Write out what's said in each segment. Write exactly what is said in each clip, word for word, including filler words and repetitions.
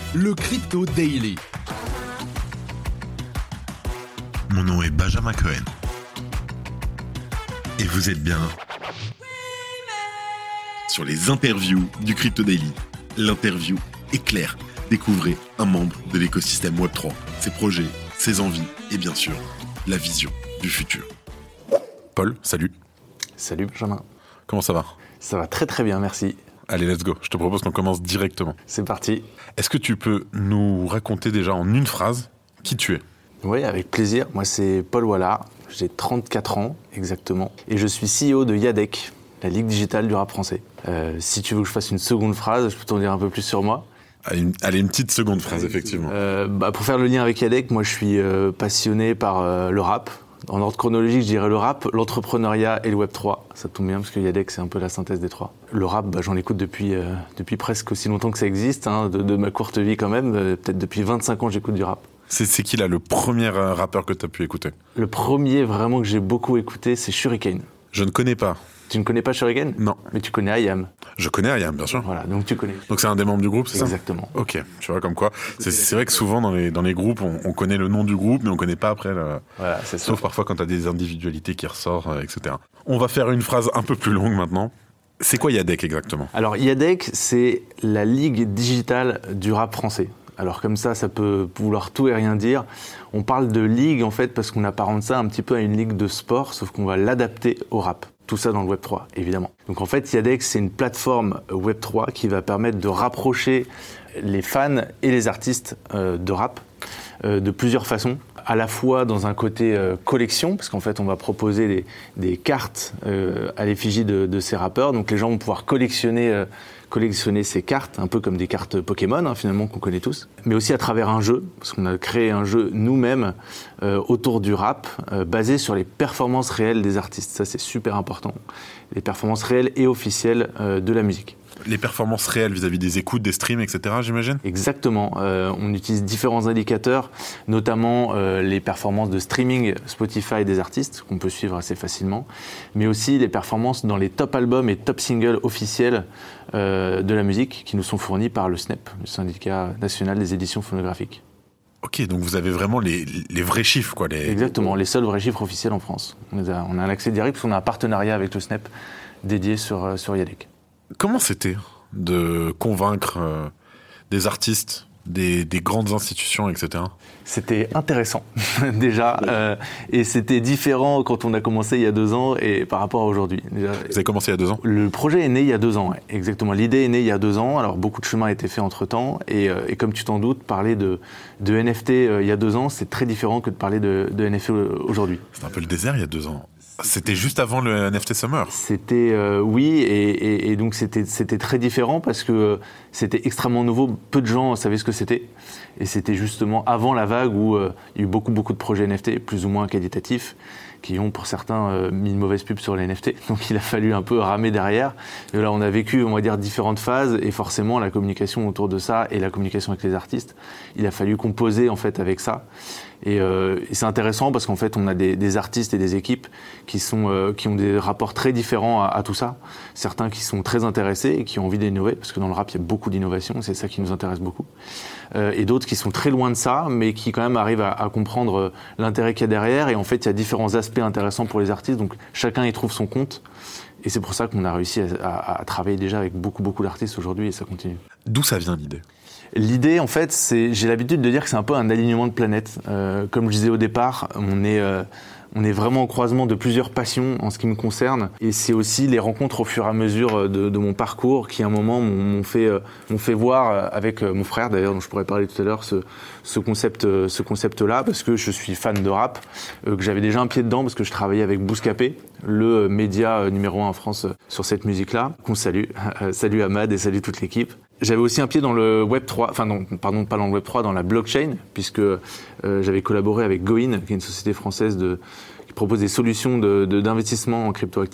le Crypto Daily. Mon nom est Benjamin Cohen. Et vous êtes bien sur les interviews du Crypto Daily. L'interview est claire. Découvrez un membre de l'écosystème web trois, ses projets, ses envies et bien sûr, la vision du futur. Paul, salut. Salut Benjamin. Comment ça va ? Ça va très très bien, merci. Allez, let's go. Je te propose qu'on commence directement. C'est parti. Est-ce que tu peux nous raconter déjà en une phrase qui tu es ? Oui, avec plaisir. Moi, c'est Paul Wallard. J'ai trente-quatre ans exactement. Et je suis C E O de Yadec, la Ligue digitale du rap français. Euh, si tu veux que je fasse une seconde phrase, je peux t'en dire un peu plus sur moi. Allez, une, allez, une petite seconde phrase, effectivement. Euh, bah, pour faire le lien avec Yadec, moi, je suis euh, passionné par euh, le rap. En ordre chronologique, je dirais le rap, l'entrepreneuriat et le web trois. Ça tombe bien parce que Yadec, c'est un peu la synthèse des trois. Le rap, bah, j'en écoute depuis, euh, depuis presque aussi longtemps que ça existe, hein, de, de ma courte vie quand même. Euh, peut-être depuis vingt-cinq ans, j'écoute du rap. C'est, c'est qui là le premier euh, rappeur que tu as pu écouter ? Le premier vraiment que j'ai beaucoup écouté, c'est Shurikane. Je ne connais pas. Tu ne connais pas Shurikane ? Non. Mais tu connais I A M. Je connais Ayam, bien sûr. Voilà, donc tu connais. Donc c'est un des membres du groupe, c'est Exactement. ça ? Ok, tu vois comme quoi. C'est, c'est vrai que souvent dans les, dans les groupes, on, on connaît le nom du groupe, mais on connaît pas après le... Voilà, c'est ça. Sauf parfois quand tu as des individualités qui ressortent, euh, et cetera. On va faire une phrase un peu plus longue maintenant. C'est quoi Yadec exactement ? Alors Yadec, c'est la ligue digitale du rap français. Alors comme ça, ça peut vouloir tout et rien dire. On parle de ligue en fait parce qu'on apparente ça un petit peu à une ligue de sport, sauf qu'on va l'adapter au rap. Tout ça dans le web trois, évidemment. Donc en fait, Yadec, c'est une plateforme web trois qui va permettre de rapprocher les fans et les artistes euh, de rap euh, de plusieurs façons. À la fois dans un côté euh, collection, parce qu'en fait, on va proposer des, des cartes euh, à l'effigie de, de ces rappeurs. Donc les gens vont pouvoir collectionner, euh, collectionner ces cartes, un peu comme des cartes Pokémon, hein, finalement, qu'on connaît tous. Mais aussi à travers un jeu, parce qu'on a créé un jeu nous-mêmes euh, autour du rap, euh, basé sur les performances réelles des artistes. Ça, c'est super important. Les performances réelles et officielles euh, de la musique. Les performances réelles vis-à-vis des écoutes, des streams, et cetera, j'imagine ? Exactement. Euh, on utilise différents indicateurs, notamment euh, les performances de streaming Spotify des artistes, qu'on peut suivre assez facilement, mais aussi les performances dans les top albums et top singles officiels euh, de la musique qui nous sont fournis par le S N E P, le syndicat national des éditions phonographiques. Ok, donc vous avez vraiment les, les vrais chiffres, quoi. Les... Exactement, les seuls vrais chiffres officiels en France. On a, on a un accès direct parce qu'on a un partenariat avec le S N E P dédié sur, sur Yadec. Comment c'était de convaincre euh, des artistes, des, des grandes institutions, et cetera ? C'était intéressant, déjà, euh, et c'était différent quand on a commencé il y a deux ans et par rapport à aujourd'hui. Déjà, vous avez commencé il y a deux ans ? Le projet est né il y a deux ans, ouais, exactement. L'idée est née il y a deux ans, alors beaucoup de chemin a été fait entre-temps, et, euh, et comme tu t'en doutes, parler de, de N F T euh, il y a deux ans, c'est très différent que de parler de, de N F T aujourd'hui. C'est un peu le désert il y a deux ans. C'était juste avant le N F T Summer. C'était, euh, oui, et, et, et donc c'était, c'était très différent parce que euh, c'était extrêmement nouveau. Peu de gens savaient ce que c'était. Et c'était justement avant la vague où euh, il y a eu beaucoup, beaucoup de projets N F T, plus ou moins qualitatifs, qui ont pour certains euh, mis une mauvaise pub sur les N F T. Donc il a fallu un peu ramer derrière. Et là, on a vécu, on va dire, différentes phases. Et forcément, la communication autour de ça et la communication avec les artistes, il a fallu composer en fait avec ça. Et, euh, et c'est intéressant parce qu'en fait, on a des, des artistes et des équipes qui, sont, euh, qui ont des rapports très différents à, à tout ça. Certains qui sont très intéressés et qui ont envie d'innover, parce que dans le rap, il y a beaucoup d'innovation, c'est ça qui nous intéresse beaucoup. Euh, et d'autres qui sont très loin de ça, mais qui quand même arrivent à, à comprendre l'intérêt qu'il y a derrière. Et en fait, il y a différents aspects intéressants pour les artistes, donc chacun y trouve son compte. Et c'est pour ça qu'on a réussi à, à, à travailler déjà avec beaucoup, beaucoup d'artistes aujourd'hui, et ça continue. D'où ça vient l'idée ? L'idée, en fait, c'est, j'ai l'habitude de dire que c'est un peu un alignement de planètes. Euh, comme je disais au départ, on est, euh, on est vraiment au croisement de plusieurs passions en ce qui me concerne. Et c'est aussi les rencontres au fur et à mesure de, de mon parcours qui, à un moment, m'ont, m'ont, fait, euh, m'ont fait voir avec mon frère, d'ailleurs, dont je pourrais parler tout à l'heure, ce, ce, concept, ce concept-là, parce que je suis fan de rap, euh, que j'avais déjà un pied dedans, parce que je travaillais avec Bouscapé, le média numéro un en France sur cette musique-là, qu'on salue. Salut Ahmad et salut toute l'équipe. J'avais aussi un pied dans le web trois, enfin non, pardon, pas dans le web trois, dans la blockchain, puisque euh, j'avais collaboré avec Goin, qui est une société française de, qui propose des solutions de, de, d'investissement en cryptoactifs.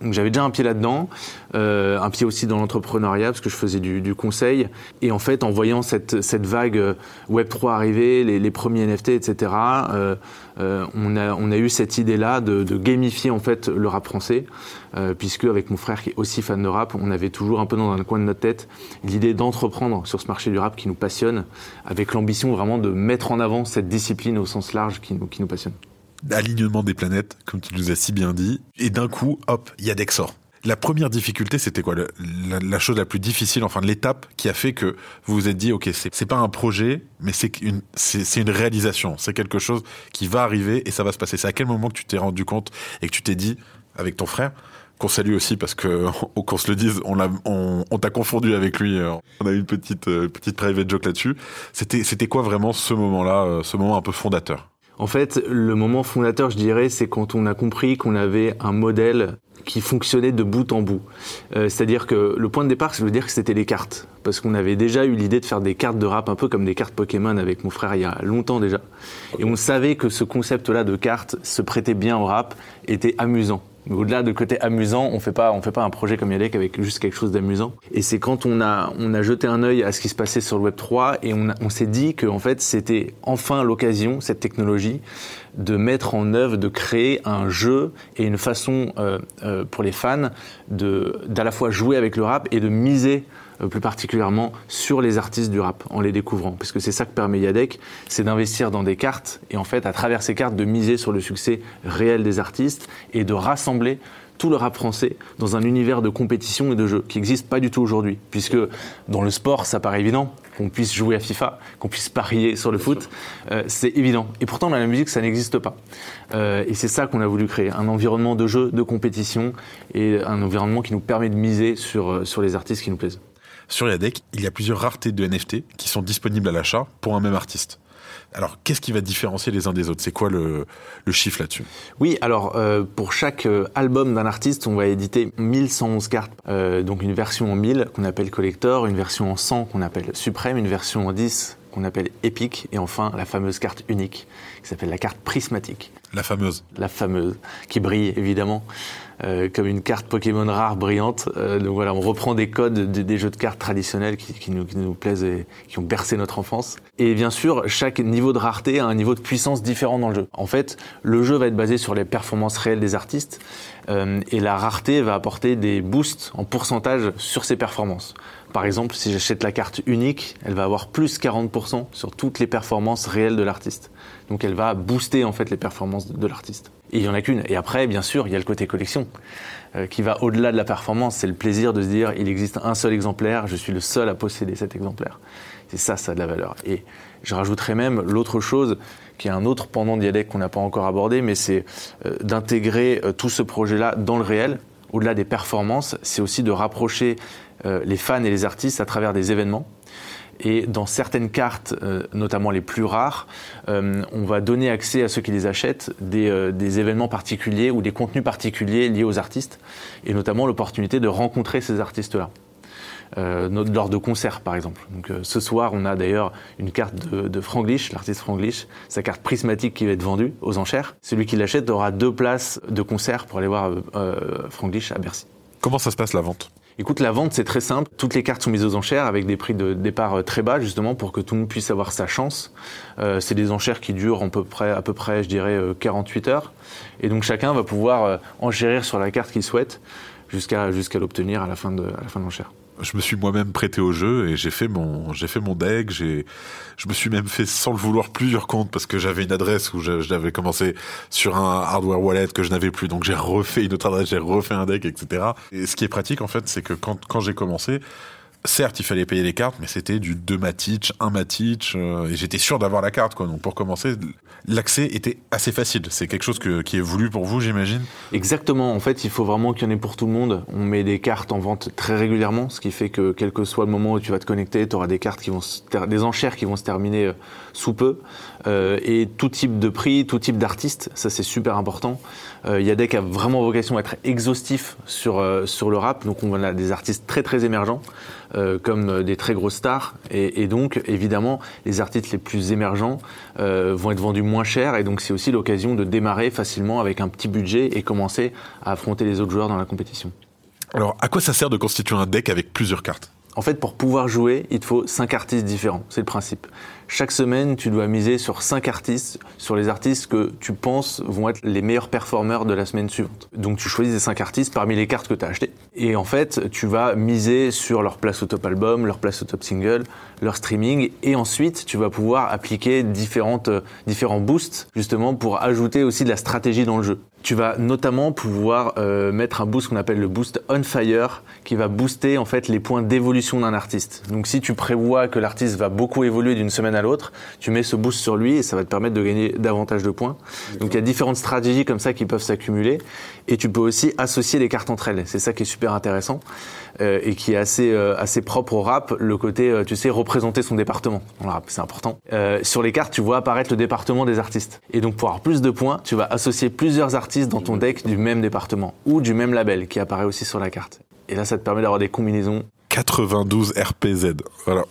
Donc j'avais déjà un pied là-dedans, euh, un pied aussi dans l'entrepreneuriat parce que je faisais du, du conseil. Et en fait, en voyant cette, cette vague web trois arriver, les, les premiers N F T, et cetera, euh, euh, on, a, on a eu cette idée-là de, de gamifier en fait le rap français, euh, puisque avec mon frère qui est aussi fan de rap, on avait toujours un peu dans un coin de notre tête l'idée d'entreprendre sur ce marché du rap qui nous passionne, avec l'ambition vraiment de mettre en avant cette discipline au sens large qui nous, qui nous passionne. Alignement des planètes, comme tu nous as si bien dit, et d'un coup, hop, Yadek sort. La première difficulté, c'était quoi? la, la chose la plus difficile, enfin l'étape qui a fait que vous vous êtes dit, ok, c'est, c'est pas un projet, mais c'est une, c'est, c'est une réalisation, c'est quelque chose qui va arriver et ça va se passer. C'est à quel moment que tu t'es rendu compte et que tu t'es dit, avec ton frère, qu'on salue aussi parce que, qu'on se le dise, on, l'a, on, on t'a confondu avec lui, on a eu une petite, petite private joke là-dessus. C'était, c'était quoi vraiment ce moment-là, ce moment un peu fondateur? En fait, le moment fondateur, je dirais, c'est quand on a compris qu'on avait un modèle qui fonctionnait de bout en bout. Euh, c'est-à-dire que le point de départ, je veux dire que c'était les cartes. Parce qu'on avait déjà eu l'idée de faire des cartes de rap, un peu comme des cartes Pokémon avec mon frère il y a longtemps déjà. Et on savait que ce concept-là de cartes se prêtait bien au rap, était amusant. Mais au-delà du côté amusant, on fait pas, on fait pas un projet comme Yadek avec juste quelque chose d'amusant. Et c'est quand on a, on a jeté un œil à ce qui se passait sur le web trois et on, a, on s'est dit que en fait, c'était enfin l'occasion, cette technologie, de mettre en œuvre, de créer un jeu et une façon euh, euh, pour les fans de, d'à la fois jouer avec le rap et de miser plus particulièrement sur les artistes du rap en les découvrant. Parce que c'est ça que permet Yadek, c'est d'investir dans des cartes et en fait, à travers ces cartes, de miser sur le succès réel des artistes et de rassembler tout le rap français dans un univers de compétition et de jeu qui n'existe pas du tout aujourd'hui. Puisque dans le sport, ça paraît évident qu'on puisse jouer à FIFA, qu'on puisse parier sur le foot, euh, c'est évident. Et pourtant, dans la musique, ça n'existe pas. Euh, et c'est ça qu'on a voulu créer, un environnement de jeu, de compétition et un environnement qui nous permet de miser sur, sur les artistes qui nous plaisent. Sur Yadek, il y a plusieurs raretés de N F T qui sont disponibles à l'achat pour un même artiste. Alors, qu'est-ce qui va différencier les uns des autres? C'est quoi le, le chiffre là-dessus? Oui, alors euh, pour chaque euh, album d'un artiste, on va éditer mille cent onze cartes. Euh, donc une version en mille qu'on appelle collector, une version en cent qu'on appelle suprême, une version en dix qu'on appelle épique, et enfin la fameuse carte unique qui s'appelle la carte prismatique. La fameuse. La fameuse, qui brille évidemment. Euh, comme une carte Pokémon rare brillante. Euh, donc voilà, on reprend des codes des, des jeux de cartes traditionnels qui, qui, nous, qui nous plaisent et qui ont bercé notre enfance. Et bien sûr, chaque niveau de rareté a un niveau de puissance différent dans le jeu. En fait, le jeu va être basé sur les performances réelles des artistes euh, et la rareté va apporter des boosts en pourcentage sur ces performances. Par exemple, si j'achète la carte unique, elle va avoir plus quarante pour cent sur toutes les performances réelles de l'artiste. Donc elle va booster en fait les performances de, de l'artiste. Et il y en a qu'une. Et après, bien sûr, il y a le côté collection euh, qui va au-delà de la performance. C'est le plaisir de se dire, il existe un seul exemplaire, je suis le seul à posséder cet exemplaire. C'est ça, ça a de la valeur. Et je rajouterais même l'autre chose, qui est un autre pendant de Yadek qu'on n'a pas encore abordé, mais c'est euh, d'intégrer euh, tout ce projet-là dans le réel. Au-delà des performances, c'est aussi de rapprocher euh, les fans et les artistes à travers des événements. Et dans certaines cartes, euh, notamment les plus rares, euh, on va donner accès à ceux qui les achètent des, euh, des événements particuliers ou des contenus particuliers liés aux artistes, et notamment l'opportunité de rencontrer ces artistes-là. Euh, lors de concerts par exemple. Donc, euh, ce soir, on a d'ailleurs une carte de, de Franglish, l'artiste Franglish, sa carte prismatique qui va être vendue aux enchères. Celui qui l'achète aura deux places de concert pour aller voir euh, Franglish à Bercy. Comment ça se passe la vente ? Écoute, la vente, c'est très simple. Toutes les cartes sont mises aux enchères avec des prix de départ très bas, justement, pour que tout le monde puisse avoir sa chance. Euh, c'est des enchères qui durent à peu près, à peu près, je dirais, quarante-huit heures. Et donc, chacun va pouvoir euh, enchérir sur la carte qu'il souhaite jusqu'à, jusqu'à l'obtenir à la fin de, à la fin de l'enchère. Je me suis moi-même prêté au jeu et j'ai fait mon, j'ai fait mon deck. J'ai, je me suis même fait sans le vouloir plusieurs comptes parce que j'avais une adresse où j'avais commencé sur un hardware wallet que je n'avais plus. Donc j'ai refait une autre adresse, j'ai refait un deck, et cetera. Et ce qui est pratique en fait, c'est que quand, quand j'ai commencé, certes, il fallait payer les cartes, mais c'était du deux Matic, un Matic, euh, et j'étais sûr d'avoir la carte, quoi. Donc pour commencer, l'accès était assez facile. C'est quelque chose que, qui est voulu pour vous, j'imagine ? Exactement. En fait, il faut vraiment qu'il y en ait pour tout le monde. On met des cartes en vente très régulièrement, ce qui fait que quel que soit le moment où tu vas te connecter, tu auras des cartes qui vont se ter- des enchères qui vont se terminer euh, sous peu. Euh, et tout type de prix, tout type d'artiste, ça c'est super important. Euh, Yadek a vraiment vocation à être exhaustif sur, euh, sur le rap, donc on a des artistes très très émergents. euh, comme des très grosses stars. Et, et donc, évidemment, les artistes les plus émergents euh, vont être vendus moins cher. Et donc, c'est aussi l'occasion de démarrer facilement avec un petit budget et commencer à affronter les autres joueurs dans la compétition. Alors, à quoi ça sert de constituer un deck avec plusieurs cartes ? En fait, pour pouvoir jouer, il te faut cinq artistes différents. C'est le principe. Chaque semaine, tu dois miser sur cinq artistes, sur les artistes que tu penses vont être les meilleurs performeurs de la semaine suivante. Donc, tu choisis ces cinq artistes parmi les cartes que tu as achetées. Et en fait, tu vas miser sur leur place au top album, leur place au top single, leur streaming. Et ensuite, tu vas pouvoir appliquer différentes, différents boosts, justement, pour ajouter aussi de la stratégie dans le jeu. Tu vas notamment pouvoir euh, mettre un boost qu'on appelle le boost on fire, qui va booster en fait les points d'évolution d'un artiste. Donc si tu prévois que l'artiste va beaucoup évoluer d'une semaine à l'autre, tu mets ce boost sur lui et ça va te permettre de gagner davantage de points. D'accord. Donc il y a différentes stratégies comme ça qui peuvent s'accumuler et tu peux aussi associer les cartes entre elles. C'est ça qui est super intéressant euh, et qui est assez euh, assez propre au rap, le côté euh, tu sais représenter son département. Dans le rap, c'est important. Euh, sur les cartes, tu vois apparaître le département des artistes. Et donc pour avoir plus de points, tu vas associer plusieurs artistes dans ton deck du même département ou du même label qui apparaît aussi sur la carte. Et là, ça te permet d'avoir des combinaisons. quatre-vingt-douze R P Z, voilà.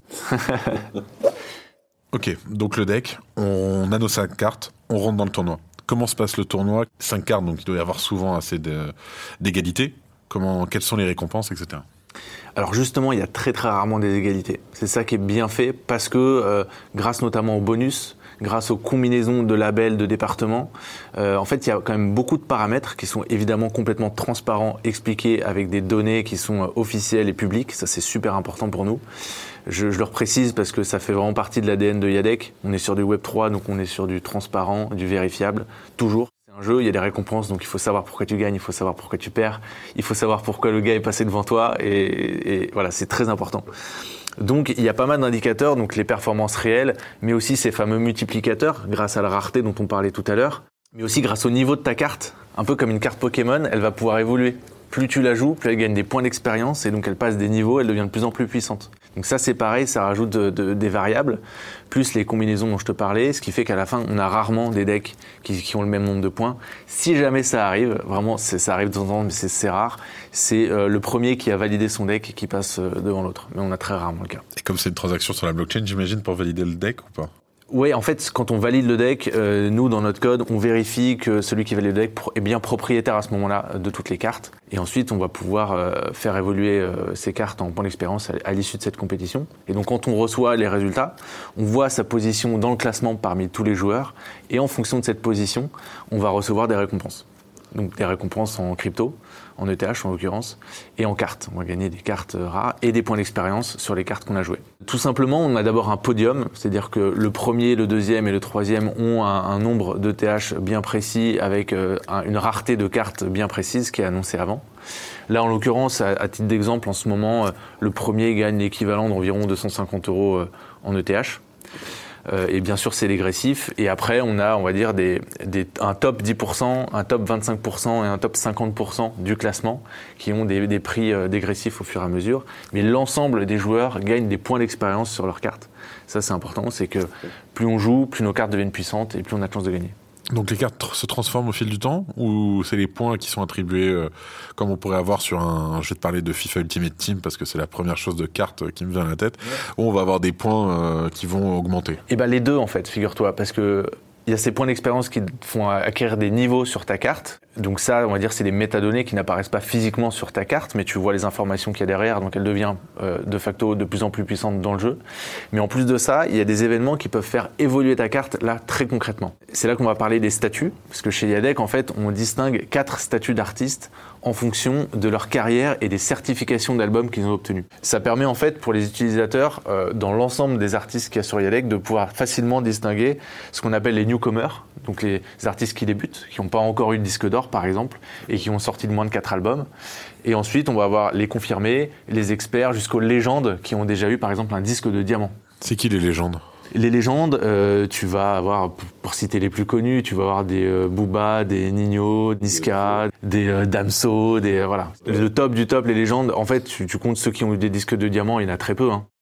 Ok, donc le deck, on a nos cinq cartes, on rentre dans le tournoi. Comment se passe le tournoi ? cinq cartes, donc il doit y avoir souvent assez de, d'égalité. Comment, quelles sont les récompenses, et cetera. Alors justement, il y a très très rarement des égalités. C'est ça qui est bien fait parce que euh, grâce notamment au bonus, grâce aux combinaisons de labels, de départements, euh, en fait, il y a quand même beaucoup de paramètres qui sont évidemment complètement transparents, expliqués avec des données qui sont euh, officielles et publiques. Ça, c'est super important pour nous. Je, je le précise parce que ça fait vraiment partie de l'A D N de Yadec. On est sur du web trois, donc on est sur du transparent, du vérifiable, toujours. C'est un jeu, il y a des récompenses, donc il faut savoir pourquoi tu gagnes, il faut savoir pourquoi tu perds, il faut savoir pourquoi le gars est passé devant toi, et, et voilà, c'est très important. Donc il y a pas mal d'indicateurs, donc les performances réelles, mais aussi ces fameux multiplicateurs, grâce à la rareté dont on parlait tout à l'heure, mais aussi grâce au niveau de ta carte. Un peu comme une carte Pokémon, elle va pouvoir évoluer. Plus tu la joues, plus elle gagne des points d'expérience, et donc elle passe des niveaux, elle devient de plus en plus puissante. Donc ça c'est pareil, ça rajoute de, de, des variables, plus les combinaisons dont je te parlais, ce qui fait qu'à la fin on a rarement des decks qui, qui ont le même nombre de points. Si jamais ça arrive, vraiment c'est, ça arrive de temps en temps mais c'est, c'est rare, c'est euh, le premier qui a validé son deck qui passe euh, devant l'autre. Mais on a très rarement le cas. Et comme c'est une transaction sur la blockchain, j'imagine, pour valider le deck ou pas ? Oui, en fait, quand on valide le deck, euh, nous, dans notre code, on vérifie que celui qui valide le deck est bien propriétaire à ce moment-là de toutes les cartes. Et ensuite, on va pouvoir euh, faire évoluer euh, ces cartes en points d'expérience à, à l'issue de cette compétition. Et donc, quand on reçoit les résultats, on voit sa position dans le classement parmi tous les joueurs. Et en fonction de cette position, on va recevoir des récompenses. Donc, des récompenses en crypto, en E T H en l'occurrence, et en cartes. On va gagner des cartes rares et des points d'expérience sur les cartes qu'on a jouées. Tout simplement, on a d'abord un podium, c'est-à-dire que le premier, le deuxième et le troisième ont un, un nombre d'E T H bien précis avec euh, un, une rareté de cartes bien précise qui est annoncée avant. Là, en l'occurrence, à, à titre d'exemple, en ce moment, euh, le premier gagne l'équivalent d'environ deux cent cinquante euros euh, en E T H. Euh, et bien sûr, c'est dégressif. Et après, on a, on va dire, des, des, un top dix pour cent, un top vingt-cinq pour cent et un top cinquante pour cent du classement qui ont des, des prix euh, dégressifs au fur et à mesure. Mais l'ensemble des joueurs gagnent des points d'expérience sur leurs cartes. Ça, c'est important. C'est que plus on joue, plus nos cartes deviennent puissantes et plus on a de chances de gagner. Donc les cartes se transforment au fil du temps ou c'est les points qui sont attribués euh, comme on pourrait avoir sur un... Je vais te parler de FIFA Ultimate Team parce que c'est la première chose de carte qui me vient à la tête. Ouais. Où on va avoir des points euh, qui vont augmenter. Et ben les deux en fait, figure-toi, parce que il y a ces points d'expérience qui font acquérir des niveaux sur ta carte. Donc ça, on va dire, c'est des métadonnées qui n'apparaissent pas physiquement sur ta carte, mais tu vois les informations qu'il y a derrière, donc elle devient euh, de facto de plus en plus puissante dans le jeu. Mais en plus de ça, il y a des événements qui peuvent faire évoluer ta carte, là, très concrètement. C'est là qu'on va parler des statuts, parce que chez Yadec, en fait, on distingue quatre statuts d'artistes en fonction de leur carrière et des certifications d'albums qu'ils ont obtenues. Ça permet en fait pour les utilisateurs, euh, dans l'ensemble des artistes qu'il y a sur Yadec, de pouvoir facilement distinguer ce qu'on appelle les newcomers, donc les artistes qui débutent, qui n'ont pas encore eu de disque d'or par exemple, et qui ont sorti de moins de quatre albums. Et ensuite, on va avoir les confirmés, les experts, jusqu'aux légendes qui ont déjà eu par exemple un disque de diamant. C'est qui les légendes ? Les légendes, euh, tu vas avoir, pour citer les plus connus, tu vas avoir des euh, Booba, des Nino, Niska, des euh, Damso, des euh, voilà. Le top du top, les légendes. En fait, tu, tu comptes ceux qui ont eu des disques de diamant, il y en a très peu. Hein.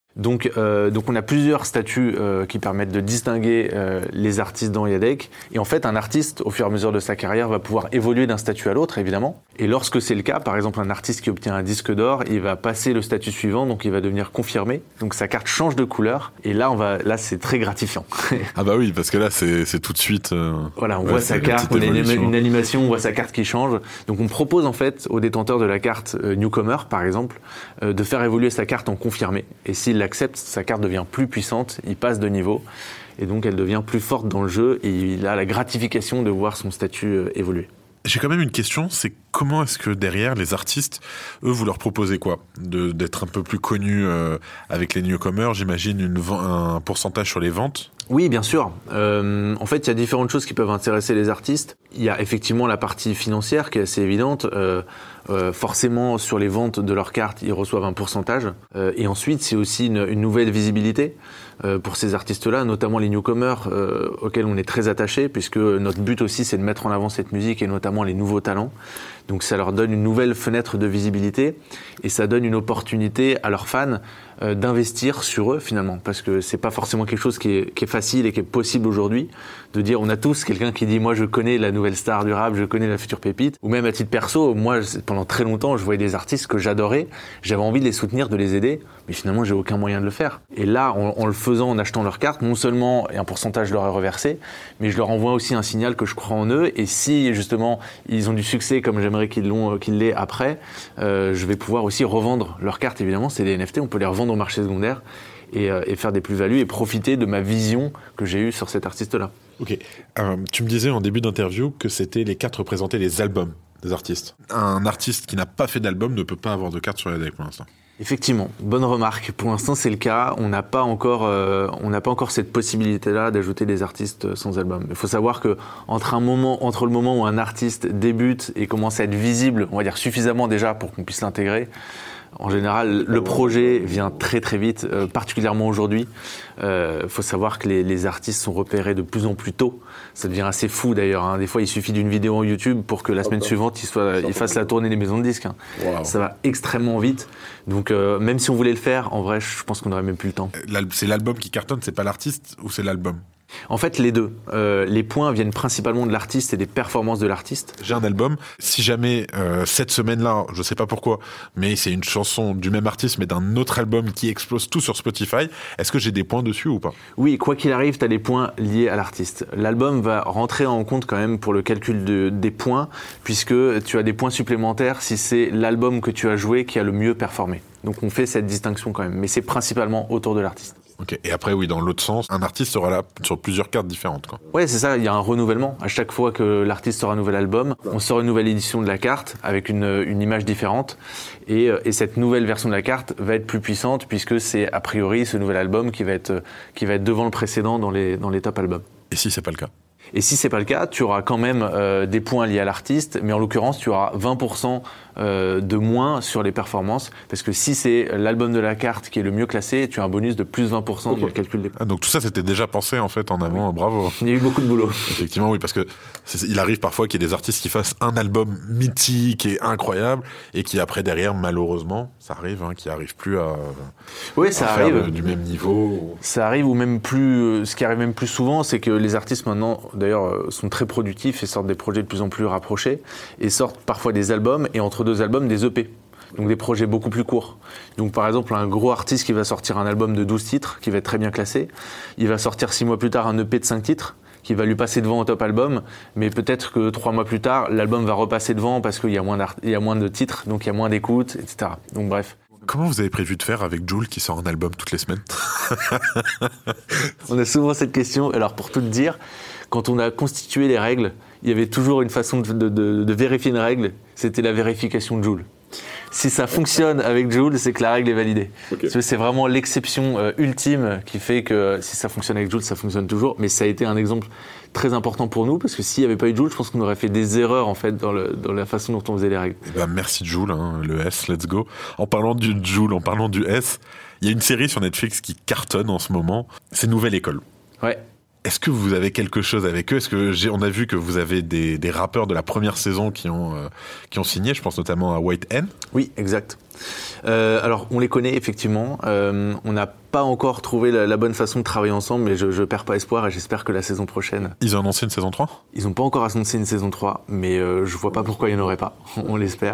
Donc, euh, donc on a plusieurs statuts euh, qui permettent de distinguer euh, les artistes dans Yadec. Et en fait, un artiste, au fur et à mesure de sa carrière, va pouvoir évoluer d'un statut à l'autre, évidemment. Et lorsque c'est le cas, par exemple, un artiste qui obtient un disque d'or, il va passer le statut suivant, donc il va devenir confirmé. Donc sa carte change de couleur. Et là, on va, là, c'est très gratifiant. Ah bah oui, parce que là, c'est, c'est tout de suite. Euh... Voilà, on ouais, voit sa carte, on a une, une animation, on voit sa carte qui change. Donc on propose en fait aux détenteurs de la carte euh, newcomer, par exemple, euh, de faire évoluer sa carte en confirmé. Et s'il l'accepte, sa carte devient plus puissante, il passe de niveau. Et donc elle devient plus forte dans le jeu et il a la gratification de voir son statut euh, évoluer. J'ai quand même une question, c'est comment est-ce que derrière les artistes, eux, vous leur proposez quoi ? De, d'être un peu plus connus euh, avec les newcomers, j'imagine une, un pourcentage sur les ventes ? Oui, bien sûr. Euh, en fait, il y a différentes choses qui peuvent intéresser les artistes. Il y a effectivement la partie financière qui est assez évidente. Euh, euh, forcément, sur les ventes de leurs cartes, ils reçoivent un pourcentage. Euh, et ensuite, c'est aussi une, une nouvelle visibilité euh, pour ces artistes-là, notamment les newcomers euh, auxquels on est très attaché, puisque notre but aussi, c'est de mettre en avant cette musique et notamment les nouveaux talents. Donc ça leur donne une nouvelle fenêtre de visibilité et ça donne une opportunité à leurs fans euh, d'investir sur eux finalement, parce que c'est pas forcément quelque chose qui est, qui est facile et qui est possible aujourd'hui de dire on a tous quelqu'un qui dit moi je connais la nouvelle star du rap, je connais la future pépite, ou même à titre perso, moi pendant très longtemps je voyais des artistes que j'adorais, j'avais envie de les soutenir, de les aider, mais finalement j'ai aucun moyen de le faire. Et là en, en le faisant, en achetant leurs cartes, non seulement un pourcentage leur est reversé, mais je leur envoie aussi un signal que je crois en eux, et si justement ils ont du succès comme j'aimerais qu'ils l'ont, qu'ils l'aient après, euh, je vais pouvoir aussi revendre leurs cartes. Évidemment, c'est des N F T, on peut les revendre au marché secondaire et, euh, et faire des plus-values et profiter de ma vision que j'ai eue sur cet artiste-là. Ok. Euh, tu me disais en début d'interview que c'était les cartes représentaient les albums des artistes. Un artiste qui n'a pas fait d'album ne peut pas avoir de carte sur la deck pour l'instant. Effectivement, bonne remarque. Pour l'instant, c'est le cas. On n'a pas encore, euh, on n'a pas encore cette possibilité-là d'ajouter des artistes sans album. Il faut savoir que entre un moment, entre le moment où un artiste débute et commence à être visible, on va dire suffisamment déjà pour qu'on puisse l'intégrer. En général, le projet vient très très vite, euh, particulièrement aujourd'hui. Il euh, faut savoir que les, les artistes sont repérés de plus en plus tôt. Ça devient assez fou d'ailleurs. Hein. Des fois, il suffit d'une vidéo YouTube pour que la semaine suivante, il, soit, il fasse la tournée des maisons de disques. Hein. Wow. Ça va extrêmement vite. Donc, euh, même si on voulait le faire, en vrai, je pense qu'on n'aurait même plus le temps. C'est l'album qui cartonne, c'est pas l'artiste ou c'est l'album ? En fait, les deux. Euh, les points viennent principalement de l'artiste et des performances de l'artiste. J'ai un album. Si jamais euh, cette semaine-là, je sais pas pourquoi, mais c'est une chanson du même artiste, mais d'un autre album qui explose tout sur Spotify, est-ce que j'ai des points dessus ou pas ? Oui, quoi qu'il arrive, tu as des points liés à l'artiste. L'album va rentrer en compte quand même pour le calcul de, des points, puisque tu as des points supplémentaires si c'est l'album que tu as joué qui a le mieux performé. Donc on fait cette distinction quand même, mais c'est principalement autour de l'artiste. Ok. Et après, oui, dans l'autre sens, un artiste sera là sur plusieurs cartes différentes, quoi. Ouais, c'est ça. Il y a un renouvellement. À chaque fois que l'artiste sort un nouvel album, on sort une nouvelle édition de la carte avec une, une image différente. Et, et cette nouvelle version de la carte va être plus puissante puisque c'est a priori ce nouvel album qui va être, qui va être devant le précédent dans les, dans les top albums. Et si c'est pas le cas ? Et si c'est pas le cas, tu auras quand même euh, des points liés à l'artiste, mais en l'occurrence, tu auras vingt pour cent euh, de moins sur les performances, parce que si c'est l'album de la carte qui est le mieux classé, tu as un bonus de plus vingt pour cent okay. du calcul des points. Ah, donc tout ça, c'était déjà pensé en fait en avant, oui. Bravo. Il y a eu beaucoup de boulot. Effectivement, oui, parce que il arrive parfois qu'il y ait des artistes qui fassent un album mythique et incroyable, et qui après derrière, malheureusement, ça arrive, hein, qui arrivent plus à, oui, ça à arrive. faire de, du même niveau. Ça arrive, ou même plus, ce qui arrive même plus souvent, c'est que les artistes maintenant, d'ailleurs, sont très productifs et sortent des projets de plus en plus rapprochés et sortent parfois des albums et entre deux albums des E P. Donc des projets beaucoup plus courts. Donc par exemple un gros artiste qui va sortir un album de douze titres qui va être très bien classé, il va sortir six mois plus tard un E P de cinq titres qui va lui passer devant au top album, mais peut-être que trois mois plus tard l'album va repasser devant parce qu'il y a moins, il y a moins de titres, donc il y a moins d'écoute, et cetera. Donc bref. Comment vous avez prévu de faire avec Jul qui sort un album toutes les semaines ? On a souvent cette question. Alors pour tout te dire, quand on a constitué les règles, il y avait toujours une façon de, de, de, de vérifier une règle, c'était la vérification de Jul. Si ça fonctionne avec Jul, c'est que la règle est validée. Okay. C'est vraiment l'exception euh, ultime qui fait que si ça fonctionne avec Jul, ça fonctionne toujours. Mais ça a été un exemple très important pour nous parce que s'il n'y avait pas eu Jul, je pense qu'on aurait fait des erreurs en fait dans, le, dans la façon dont on faisait les règles. Eh ben, merci Jul, hein, le S, let's go. En parlant du Jul, en parlant du S, il y a une série sur Netflix qui cartonne en ce moment. C'est Nouvelle École. Ouais. Est-ce que vous avez quelque chose avec eux ? Est-ce que j'ai, on a vu que vous avez des, des rappeurs de la première saison qui ont, euh, qui ont signé, je pense notamment à White N. Oui, exact. euh, Alors, on les connaît effectivement. Euh, on n'a pas encore trouvé la, la bonne façon de travailler ensemble, mais je, je perds pas espoir et j'espère que la saison prochaine... Ils ont annoncé une saison trois ? Ils n'ont pas encore annoncé une saison trois, mais euh, je vois pas pourquoi il n'y en aurait pas. On l'espère.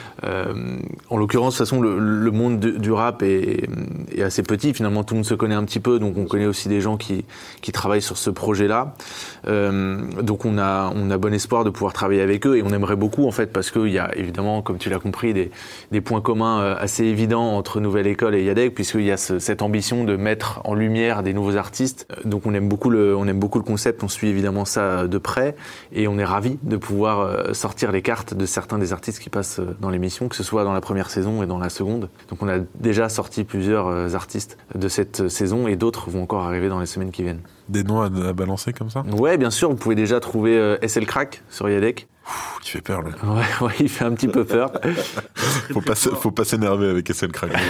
Euh, en l'occurrence, de toute façon, le, le monde du, du rap est, est assez petit. Finalement, tout le monde se connaît un petit peu, donc on connaît aussi des gens qui, qui travaillent sur ce projet-là. Euh, donc on a, on a bon espoir de pouvoir travailler avec eux et on aimerait beaucoup, en fait, parce qu'il y a évidemment, comme tu l'as compris, des, des points communs assez évidents entre Nouvelle École et Yadek, puisqu'il y a ce, cette ambition de mettre en lumière des nouveaux artistes. Donc on aime beaucoup le, on aime beaucoup le concept, on suit évidemment ça de près et on est ravis de pouvoir sortir les cartes de certains des artistes qui passent dans l'émission, que ce soit dans la première saison et dans la seconde. Donc on a déjà sorti plusieurs artistes de cette saison et d'autres vont encore arriver dans les semaines qui viennent. Des noms à, à balancer comme ça ? Ouais, bien sûr, vous pouvez déjà trouver euh, S L Crack sur Yadek. Ouh, il fait peur, lui. Ouais, ouais, il fait un petit peu peur. faut pas, faut pas s'énerver avec S L Crack.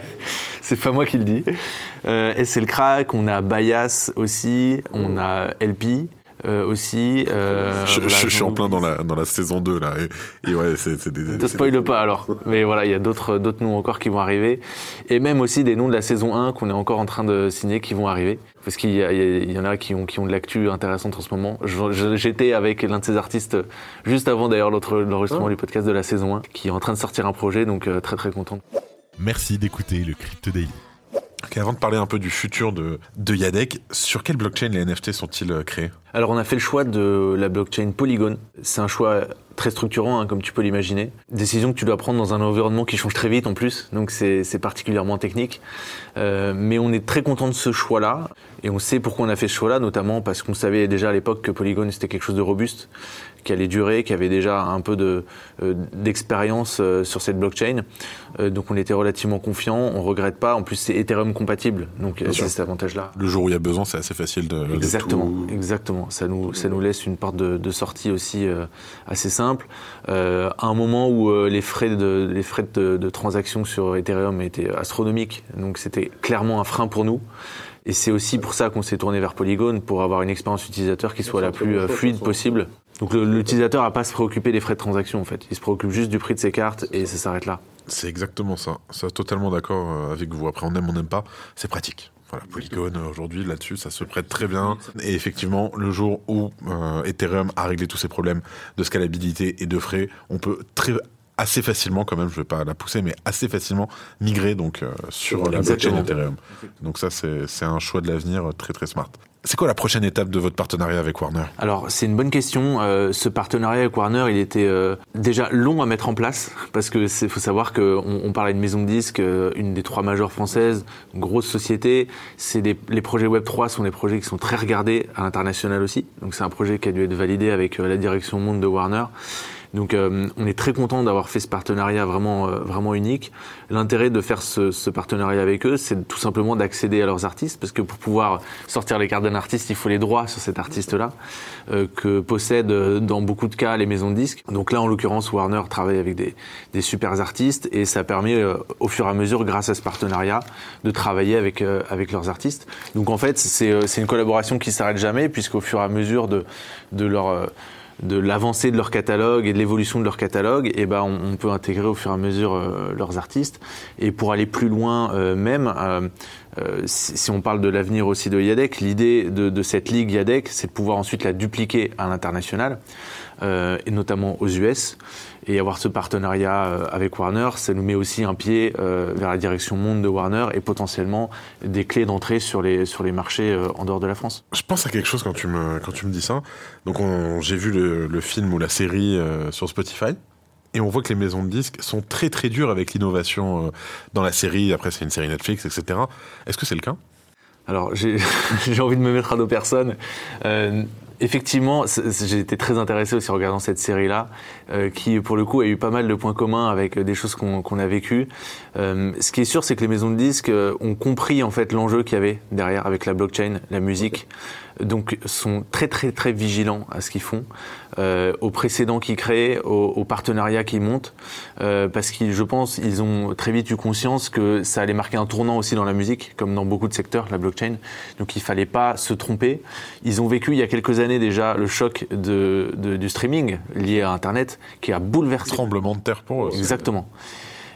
C'est pas moi qui le dis. Euh, S L Crack, on a Bias aussi, on a L P. Euh, aussi. Euh, je, voilà, je, je suis en plein dans la, dans la saison deux, là. Et, et ouais, c'est, c'est des. Ne te spoil pas alors. Mais voilà, il y a d'autres, d'autres noms encore qui vont arriver. Et même aussi des noms de la saison un qu'on est encore en train de signer qui vont arriver. Parce qu'il y, a, il y en a qui ont, qui ont de l'actu intéressante en ce moment. Je, je, j'étais avec l'un de ces artistes juste avant d'ailleurs l'autre, l'enregistrement oh. du podcast de la saison un, qui est en train de sortir un projet, donc euh, très très content. Merci d'écouter le Crypto Daily. Okay, avant de parler un peu du futur de, de Yadek, sur quelle blockchain les N F T sont-ils créés ? Alors on a fait le choix de la blockchain Polygon. C'est un choix très structurant, hein, comme tu peux l'imaginer. Décision que tu dois prendre dans un environnement qui change très vite en plus, donc c'est, c'est particulièrement technique. Euh, mais on est très content de ce choix-là, et on sait pourquoi on a fait ce choix-là, notamment parce qu'on savait déjà à l'époque que Polygon c'était quelque chose de robuste, qui allait durer, qui avait déjà un peu de, euh, d'expérience euh, sur cette blockchain. Euh, donc on était relativement confiants, on regrette pas. En plus c'est Ethereum compatible, donc Bien c'est sûr. Cet avantage-là. Le jour où il y a besoin, c'est assez facile de. Exactement, de tout... exactement. Ça nous, ça nous laisse une porte de, de sortie aussi euh, assez simple. Euh, à un moment où euh, les frais de, les frais de, de transaction sur Ethereum étaient astronomiques, donc c'était clairement un frein pour nous. Et c'est aussi pour ça qu'on s'est tourné vers Polygon, pour avoir une expérience utilisateur qui soit la plus euh, fluide possible. Donc le, l'utilisateur n'a pas à se préoccuper des frais de transaction en fait. Il se préoccupe juste du prix de ses cartes et ça s'arrête là. C'est exactement ça. Ça, totalement d'accord avec vous. Après, on aime, on n'aime pas. C'est pratique. Voilà, Polygon, aujourd'hui, là-dessus, ça se prête très bien. Et effectivement, le jour où euh, Ethereum a réglé tous ses problèmes de scalabilité et de frais, on peut très assez facilement, quand même, je vais pas la pousser, mais assez facilement migrer donc euh, sur la blockchain Ethereum. Donc ça, c'est, c'est un choix de l'avenir très très smart. C'est quoi la prochaine étape de votre partenariat avec Warner ? Alors, c'est une bonne question. Euh, ce partenariat avec Warner, il était euh, déjà long à mettre en place, parce que c'est faut savoir qu'on on parle à une maison de disques, euh, une des trois majeures françaises, une grosse société. C'est des, les projets web trois sont des projets qui sont très regardés à l'international aussi. Donc, c'est un projet qui a dû être validé avec euh, la direction monde de Warner. Donc euh, on est très content d'avoir fait ce partenariat vraiment euh, vraiment unique. L'intérêt de faire ce, ce partenariat avec eux, c'est tout simplement d'accéder à leurs artistes, parce que pour pouvoir sortir les cartes d'un artiste, il faut les droits sur cet artiste-là, euh, que possèdent euh, dans beaucoup de cas les maisons de disques. Donc là, en l'occurrence, Warner travaille avec des, des super artistes et ça permet euh, au fur et à mesure, grâce à ce partenariat, de travailler avec euh, avec leurs artistes. Donc en fait, c'est euh, c'est une collaboration qui s'arrête jamais, puisqu'au fur et à mesure de de leur euh, de l'avancée de leur catalogue et de l'évolution de leur catalogue, et ben on, on peut intégrer au fur et à mesure euh, leurs artistes. Et pour aller plus loin euh, même, euh, euh, si, si on parle de l'avenir aussi de Yadek, l'idée de, de cette ligue Yadek, c'est de pouvoir ensuite la dupliquer à l'international, euh, et notamment aux U S. Et avoir ce partenariat euh, avec Warner, ça nous met aussi un pied euh, vers la direction monde de Warner et potentiellement des clés d'entrée sur les sur les marchés euh, en dehors de la France. Je pense à quelque chose quand tu me quand tu me dis ça. Donc on, j'ai vu le, le film ou la série euh, sur Spotify. Et on voit que les maisons de disques sont très très dures avec l'innovation euh, dans la série. Après, c'est une série Netflix, et cetera. Est-ce que c'est le cas ? Alors, j'ai, j'ai envie de me mettre à dos personne. Euh, effectivement, j'ai été très intéressé aussi en regardant cette série-là, euh, qui, pour le coup, a eu pas mal de points communs avec des choses qu'on, qu'on a vécues. Euh, ce qui est sûr, c'est que les maisons de disques ont compris, en fait, l'enjeu qu'il y avait derrière avec la blockchain, la musique. Donc, sont très, très, très vigilants à ce qu'ils font, euh, aux précédents qu'ils créent, aux, aux partenariats qu'ils montent, euh, parce qu'ils, je pense, ils ont très vite eu conscience que ça allait marquer un tournant aussi dans la musique, comme dans beaucoup de secteurs, la blockchain. Donc, il fallait pas se tromper. Ils ont vécu, il y a quelques années déjà, le choc de, de, du streaming lié à Internet, qui a bouleversé. Tremblement de terre pour eux. Exactement.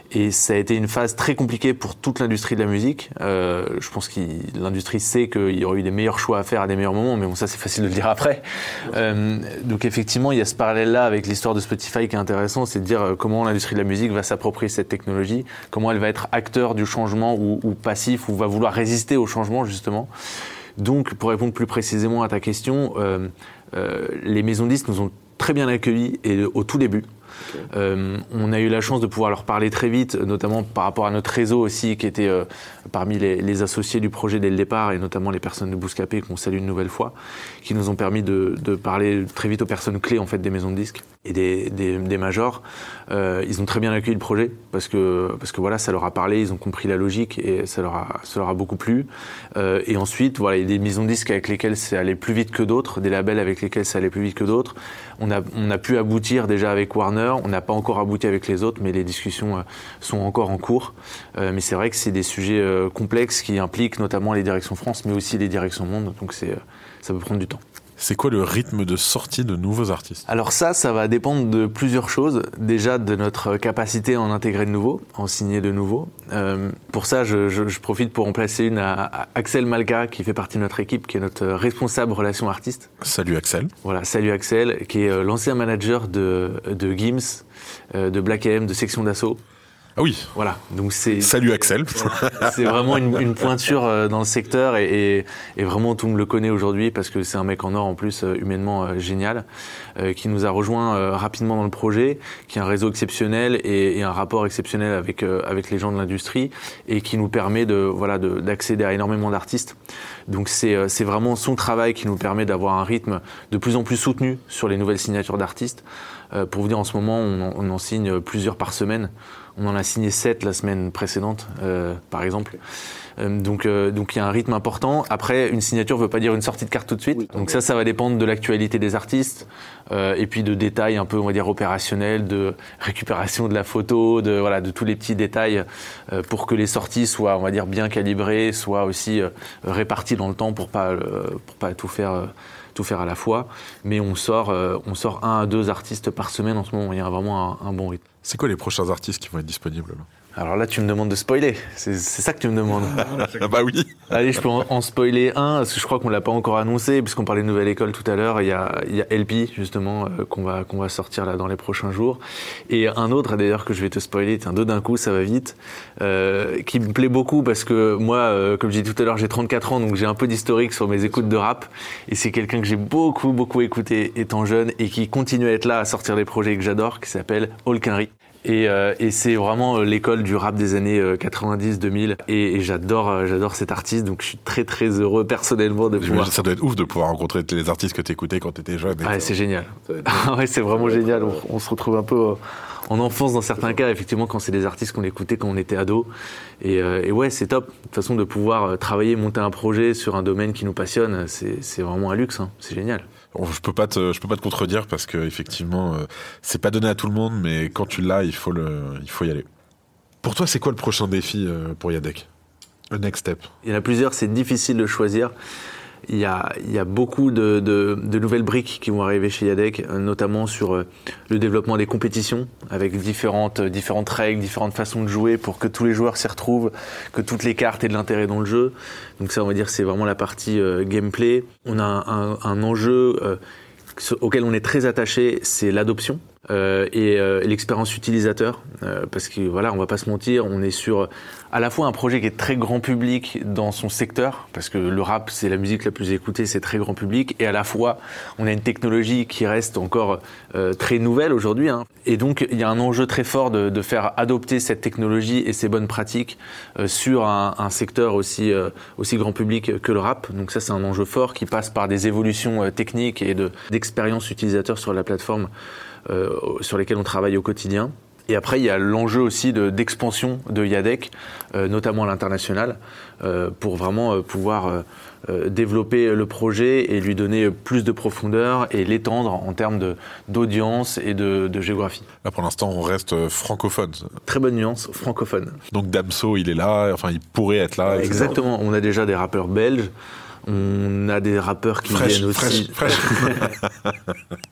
Et ça a été une phase très compliquée pour toute l'industrie de la musique. Euh, je pense que l'industrie sait qu'il y aurait eu des meilleurs choix à faire à des meilleurs moments, mais bon, ça c'est facile de le dire après. Euh, donc effectivement, il y a ce parallèle-là avec l'histoire de Spotify qui est intéressant, c'est de dire comment l'industrie de la musique va s'approprier cette technologie, comment elle va être acteur du changement ou, ou passif, ou va vouloir résister au changement justement. Donc, pour répondre plus précisément à ta question, euh, euh, les maisons de disques nous ont très bien accueillis et au tout début. Okay. Euh, on a eu la chance de pouvoir leur parler très vite, notamment par rapport à notre réseau aussi, qui était euh, parmi les, les associés du projet dès le départ, et notamment les personnes de Bouscapé, qu'on salue une nouvelle fois, qui nous ont permis de, de parler très vite aux personnes clés en fait des maisons de disques et des, des, des majors. Euh, ils ont très bien accueilli le projet parce que parce que voilà, ça leur a parlé, ils ont compris la logique et ça leur a ça leur a beaucoup plu. Euh, et ensuite, voilà, il y a des maisons de disques avec lesquelles c'est allé plus vite que d'autres, des labels avec lesquels ça allait plus vite que d'autres. On a on a pu aboutir déjà avec Warner. On n'a pas encore abouti avec les autres, mais les discussions euh, sont encore en cours. Euh, mais c'est vrai que c'est des sujets euh, complexes qui impliquent notamment les directions France, mais aussi les directions monde. Donc c'est, euh, ça peut prendre du temps. C'est quoi le rythme de sortie de nouveaux artistes ? Alors ça, ça va dépendre de plusieurs choses. Déjà de notre capacité à en intégrer de nouveaux, à en signer de nouveaux. Euh, pour ça, je, je, je profite pour en placer une à, à Axel Malka, qui fait partie de notre équipe, qui est notre responsable relations artistes. Salut Axel. Voilà, salut Axel, qui est l'ancien manager de, de Gims, de Black M, de Section d'Assaut. Ah oui. Voilà. Donc c'est. Salut Axel. C'est vraiment une, une pointure dans le secteur et, et, et vraiment tout le monde le connaît aujourd'hui parce que c'est un mec en or en plus humainement euh, génial euh, qui nous a rejoint euh, rapidement dans le projet, qui a un réseau exceptionnel et, et un rapport exceptionnel avec euh, avec les gens de l'industrie et qui nous permet de voilà de, d'accéder à énormément d'artistes. Donc c'est c'est vraiment son travail qui nous permet d'avoir un rythme de plus en plus soutenu sur les nouvelles signatures d'artistes. Euh, pour vous dire, en ce moment, on en, on en signe plusieurs par semaine. On en a signé sept la semaine précédente, euh, par exemple. Euh, donc, euh, donc il y a un rythme important. Après, une signature ne veut pas dire une sortie de carte tout de suite. Oui, donc ça, ça va dépendre de l'actualité des artistes euh, et puis de détails un peu, on va dire, opérationnels, de récupération de la photo, de voilà, de tous les petits détails euh, pour que les sorties soient, on va dire, bien calibrées, soient aussi euh, réparties dans le temps pour pas euh, pour pas tout faire. Euh, tout faire à la fois, mais on sort, euh, on sort un à deux artistes par semaine en ce moment, il y a vraiment un, un bon rythme. C'est quoi les prochains artistes qui vont être disponibles là ? Alors là, tu me demandes de spoiler, c'est, c'est ça que tu me demandes. Ah bah oui. Allez, je peux en, en spoiler un, parce que je crois qu'on l'a pas encore annoncé, puisqu'on parlait de Nouvelle École tout à l'heure. Il y a, il y a L P justement euh, qu'on va qu'on va sortir là dans les prochains jours, et un autre d'ailleurs que je vais te spoiler, tiens, deux d'un coup, ça va vite, euh, qui me plaît beaucoup parce que moi, euh, comme j'ai dit tout à l'heure, j'ai trente-quatre ans, donc j'ai un peu d'historique sur mes écoutes de rap, et c'est quelqu'un que j'ai beaucoup beaucoup écouté étant jeune et qui continue à être là à sortir des projets que j'adore, qui s'appelle Olkinry. Et, euh, et c'est vraiment l'école du rap des années quatre-vingt-dix deux mille et, et j'adore euh, j'adore cet artiste, donc je suis très très heureux personnellement de pouvoir. Ça doit être ouf de pouvoir rencontrer les artistes que t'écoutais quand t'étais jeune. Ah, c'est génial. Ouais, c'est vraiment génial. On, on se retrouve un peu euh, en enfance dans certains cas, effectivement, quand c'est des artistes qu'on écoutait quand on était ado. Et, euh, et ouais, c'est top. De toute façon, de pouvoir travailler, monter un projet sur un domaine qui nous passionne, c'est, c'est vraiment un luxe. Hein. C'est génial. Je peux pas te, je peux pas te contredire parce que effectivement, euh, c'est pas donné à tout le monde, mais quand tu l'as, il faut le, il faut y aller. Pour toi, c'est quoi le prochain défi euh, pour Yadek ? Le next step ? Il y en a plusieurs, c'est difficile de choisir. Il y a, il y a beaucoup de, de, de nouvelles briques qui vont arriver chez Yadek, notamment sur le développement des compétitions, avec différentes, différentes règles, différentes façons de jouer pour que tous les joueurs s'y retrouvent, que toutes les cartes aient de l'intérêt dans le jeu. Donc ça, on va dire, c'est vraiment la partie euh, gameplay. On a un, un, un enjeu euh, auquel on est très attaché, c'est l'adoption. Euh, et euh, l'expérience utilisateur, euh, parce que voilà, on va pas se mentir, on est sur à la fois un projet qui est très grand public dans son secteur, parce que le rap c'est la musique la plus écoutée, c'est très grand public, et à la fois on a une technologie qui reste encore euh, très nouvelle aujourd'hui, hein. Et donc il y a un enjeu très fort de, de faire adopter cette technologie et ces bonnes pratiques euh, sur un, un secteur aussi euh, aussi grand public que le rap. Donc ça c'est un enjeu fort qui passe par des évolutions euh, techniques et de d'expérience utilisateur sur la plateforme. Euh, sur lesquels on travaille au quotidien. Et après, il y a l'enjeu aussi de, d'expansion de Yadek, euh, notamment à l'international, euh, pour vraiment euh, pouvoir euh, développer le projet et lui donner plus de profondeur et l'étendre en termes de, d'audience et de, de géographie. Là, pour l'instant, on reste francophone. Très bonne nuance, francophone. Donc Damso, il est là, enfin, il pourrait être là. Euh, exactement, on a déjà des rappeurs belges, on a des rappeurs qui fraîche, viennent aussi... Fraîche, fraîche.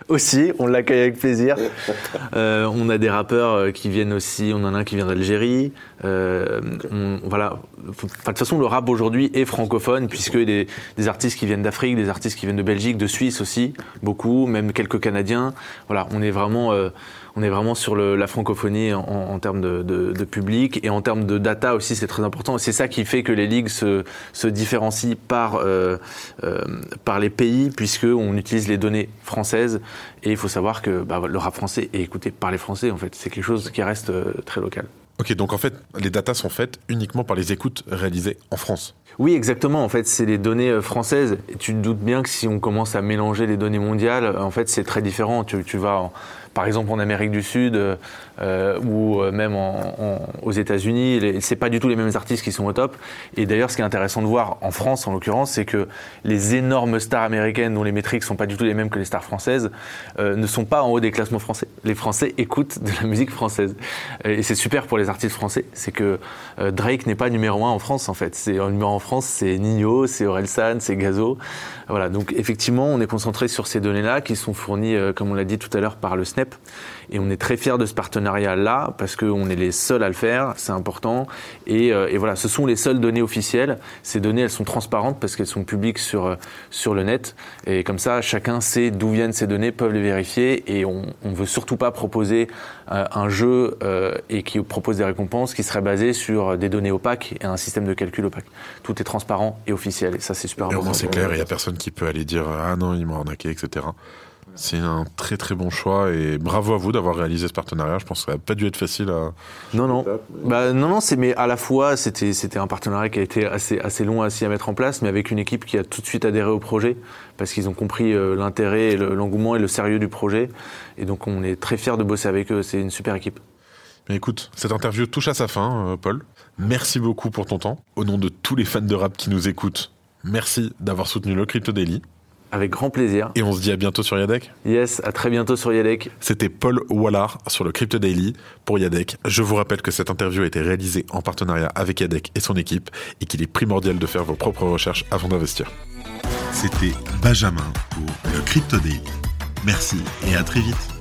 Aussi, on l'accueille avec plaisir. Euh, on a des rappeurs qui viennent aussi, on en a un qui vient d'Algérie. Euh, on, voilà. Enfin, de toute façon, le rap aujourd'hui est francophone, puisque des, des artistes qui viennent d'Afrique, des artistes qui viennent de Belgique, de Suisse aussi, beaucoup, même quelques Canadiens. Voilà, on est vraiment, euh, on est vraiment sur le, la francophonie en, en termes de, de, de public et en termes de data aussi, c'est très important. C'est ça qui fait que les ligues se, se différencient par, euh, euh, par les pays, puisqu'on utilise les données françaises. Et il faut savoir que bah, le rap français est écouté par les Français, en fait. C'est quelque chose qui reste euh, très local. Ok, donc en fait, les datas sont faites uniquement par les écoutes réalisées en France. Oui, exactement. En fait, c'est les données françaises. Et tu te doutes bien que si on commence à mélanger les données mondiales, en fait, c'est très différent. Tu, tu vas, en, par exemple, en Amérique du Sud euh, ou même en, en, aux États-Unis, les, c'est pas du tout les mêmes artistes qui sont au top. Et d'ailleurs, ce qui est intéressant de voir en France, en l'occurrence, c'est que les énormes stars américaines, dont les métriques sont pas du tout les mêmes que les stars françaises, euh, ne sont pas en haut des classements français. Les Français écoutent de la musique française. Et c'est super pour les artistes français. C'est que euh, Drake n'est pas numéro un en France, en fait. C'est en numéro un en France, c'est Nino, c'est Orelsan, c'est Gazo. Voilà. Donc effectivement, on est concentré sur ces données-là qui sont fournies, euh, comme on l'a dit tout à l'heure, par le S N E P. Et on est très fiers de ce partenariat-là parce qu'on est les seuls à le faire, c'est important. Et, euh, et voilà, ce sont les seules données officielles. Ces données, elles sont transparentes parce qu'elles sont publiques sur, sur le net. Et comme ça, chacun sait d'où viennent ces données, peuvent les vérifier. Et on ne veut surtout pas proposer euh, un jeu euh, et qui propose des récompenses qui serait basé sur des données opaques et un système de calcul opaque. Tout est transparent et officiel. Et ça, c'est super et important. Au moins, c'est clair, il n'y a personne qui peut aller dire « Ah non, il m'a arnaqué », et cetera. C'est un très très bon choix et bravo à vous d'avoir réalisé ce partenariat. Je pense que ça n'a pas dû être facile à... Non, non. Bah, non, non, c'est, mais à la fois, c'était, c'était un partenariat qui a été assez, assez long aussi à mettre en place, mais avec une équipe qui a tout de suite adhéré au projet parce qu'ils ont compris euh, l'intérêt, et le, l'engouement et le sérieux du projet. Et donc, on est très fiers de bosser avec eux. C'est une super équipe. Mais écoute, cette interview touche à sa fin, euh, Paul. Merci beaucoup pour ton temps. Au nom de tous les fans de rap qui nous écoutent, merci d'avoir soutenu le Crypto Daily. Avec grand plaisir. Et on se dit à bientôt sur Yadek. Yes, à très bientôt sur Yadek. C'était Paul Wallard sur le Crypto Daily pour Yadek. Je vous rappelle que cette interview a été réalisée en partenariat avec Yadek et son équipe et qu'il est primordial de faire vos propres recherches avant d'investir. C'était Benjamin pour le Crypto Daily. Merci et à très vite.